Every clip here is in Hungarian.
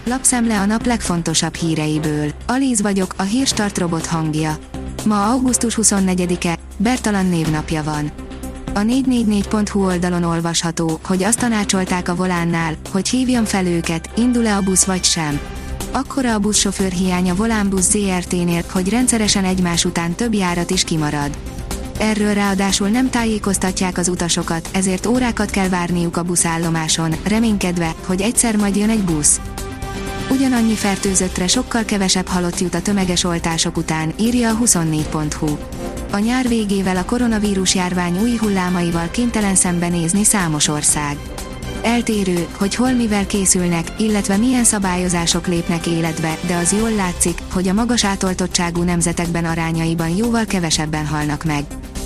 Lapszemle a nap legfontosabb híreiből. Alíz vagyok, a Hírstart robot hangja. Ma augusztus 24-e, Bertalan névnapja van. A 444.hu oldalon olvasható, hogy azt tanácsolták a volánnál, hogy hívjam fel őket, indul-e a busz vagy sem. Akkora a buszsofőr hiány a Volánbusz Zrt-nél, hogy rendszeresen egymás után több járat is kimarad. Erről ráadásul nem tájékoztatják az utasokat, ezért órákat kell várniuk a buszállomáson, reménykedve, hogy egyszer majd jön egy busz. Ugyanannyi fertőzöttre sokkal kevesebb halott jut a tömeges oltások után, írja a 24.hu. A nyár végével a koronavírus járvány új hullámaival kénytelen szembenézni számos ország. Eltérő, hogy hol mivel készülnek, illetve milyen szabályozások lépnek életbe, de az jól látszik, hogy a magas átoltottságú nemzetekben arányaiban jóval kevesebben halnak meg.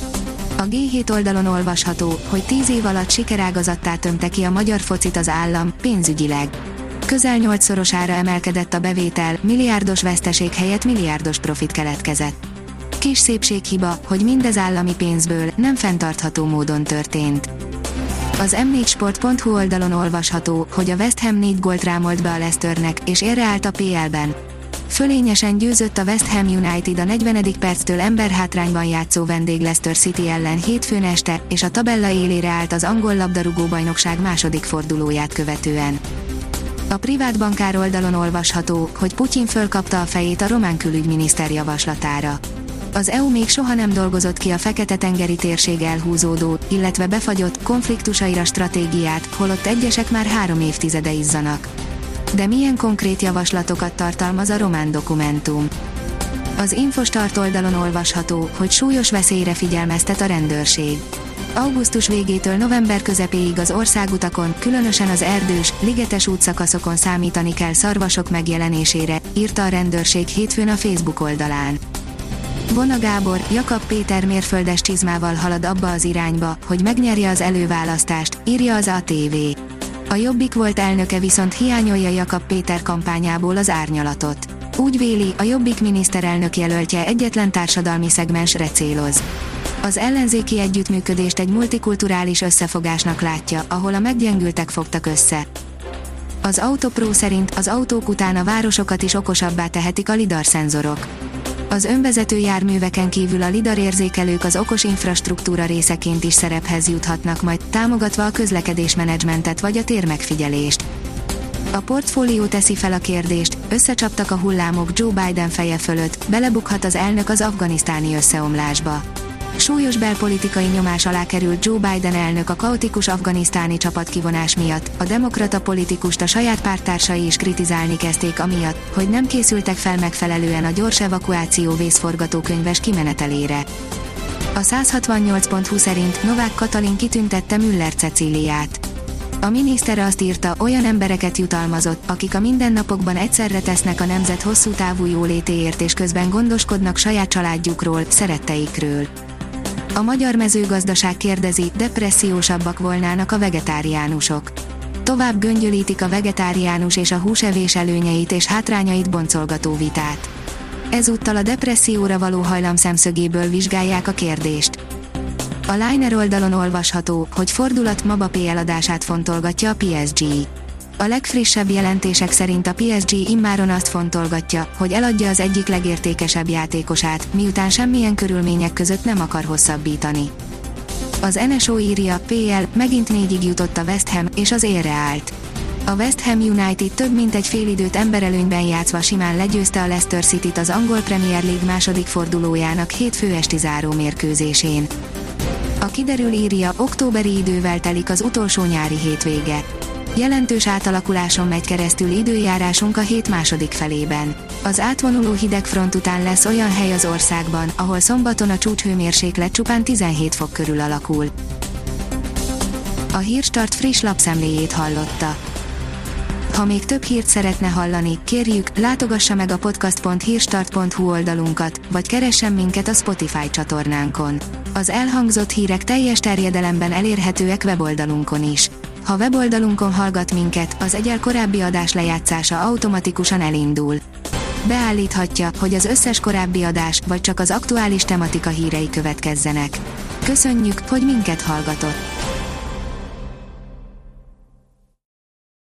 A G7 oldalon olvasható, hogy 10 év alatt sikerágazattá tömte ki a magyar focit az állam, pénzügyileg. Közel 8-szorosára emelkedett a bevétel, milliárdos veszteség helyett milliárdos profit keletkezett. Kis szépséghiba, hogy mindez állami pénzből, nem fenntartható módon történt. Az m4sport.hu oldalon olvasható, hogy a West Ham 4 gólt rámolt be a Leicesternek, és érreállt a PL-ben. Fölényesen győzött a West Ham United a 40. perctől emberhátrányban játszó vendég Leicester City ellen hétfőn este, és a tabella élére állt az angol labdarúgó-bajnokság második fordulóját követően. A privát bankár oldalon olvasható, hogy Putyin fölkapta a fejét a román külügyminiszter javaslatára. Az EU még soha nem dolgozott ki a Fekete-tengeri térség elhúzódó, illetve befagyott konfliktusaira stratégiát, holott egyesek már 3 évtizede izzanak. De milyen konkrét javaslatokat tartalmaz a román dokumentum? Az Infostart oldalon olvasható, hogy súlyos veszélyre figyelmeztet a rendőrség. Augusztus végétől november közepéig az országutakon, különösen az erdős, ligetes útszakaszokon számítani kell szarvasok megjelenésére, írta a rendőrség hétfőn a Facebook oldalán. Vona Gábor, Jakab Péter mérföldes csizmával halad abba az irányba, hogy megnyerje az előválasztást, írja az ATV. A Jobbik volt elnöke viszont hiányolja Jakab Péter kampányából az árnyalatot. Úgy véli, a Jobbik miniszterelnök jelöltje egyetlen társadalmi szegmensre céloz. Az ellenzéki együttműködést egy multikulturális összefogásnak látja, ahol a meggyengültek fogtak össze. Az Autopro szerint az autók után a városokat is okosabbá tehetik a lidar szenzorok. Az önvezető járműveken kívül a lidar érzékelők az okos infrastruktúra részeként is szerephez juthatnak majd, támogatva a közlekedésmenedzsmentet vagy a térmegfigyelést. A portfólió teszi fel a kérdést, összecsaptak a hullámok Joe Biden feje fölött, belebukhat az elnök az afganisztáni összeomlásba. Súlyos belpolitikai nyomás alá került Joe Biden elnök a kaotikus afganisztáni csapatkivonás miatt, a demokrata politikust a saját párttársai is kritizálni kezdték amiatt, hogy nem készültek fel megfelelően a gyors evakuáció vészforgatókönyves kimenetelére. A 168.hu szerint Novák Katalin kitüntette Müller Cecíliát. A miniszter azt írta, olyan embereket jutalmazott, akik a mindennapokban egyszerre tesznek a nemzet hosszú távú jólétéért és közben gondoskodnak saját családjukról, szeretteikről. A magyar mezőgazdaság kérdezi, depressziósabbak volnának a vegetáriánusok. Tovább göngyölítik a vegetáriánus és a húsevés előnyeit és hátrányait boncolgató vitát. Ezúttal a depresszióra való hajlam szemszögéből vizsgálják a kérdést. A Liner oldalon olvasható, hogy fordulat Mbappé eladását fontolgatja a PSG. A legfrissebb jelentések szerint a PSG immáron azt fontolgatja, hogy eladja az egyik legértékesebb játékosát, miután semmilyen körülmények között nem akar hosszabbítani. Az NSO írja, PL, megint 4-ig jutott a West Ham, és az élre állt. A West Ham United több mint egy félidőt emberelőnyben játszva simán legyőzte a Leicester Cityt az angol Premier League második fordulójának hétfő esti záró mérkőzésén. A Kiderül írja, októberi idővel telik az utolsó nyári hétvége. Jelentős átalakuláson megy keresztül időjárásunk a hét második felében. Az átvonuló hidegfront után lesz olyan hely az országban, ahol szombaton a csúcshőmérséklet csupán 17 fok körül alakul. A Hírstart friss lapszemléjét hallotta. Ha még több hírt szeretne hallani, kérjük, látogassa meg a podcast.hírstart.hu oldalunkat, vagy keressen minket a Spotify csatornánkon. Az elhangzott hírek teljes terjedelemben elérhetőek weboldalunkon is. Ha weboldalunkon hallgat minket, az egyel korábbi adás lejátszása automatikusan elindul. Beállíthatja, hogy az összes korábbi adás, vagy csak az aktuális tematika hírei következzenek. Köszönjük, hogy minket hallgatott!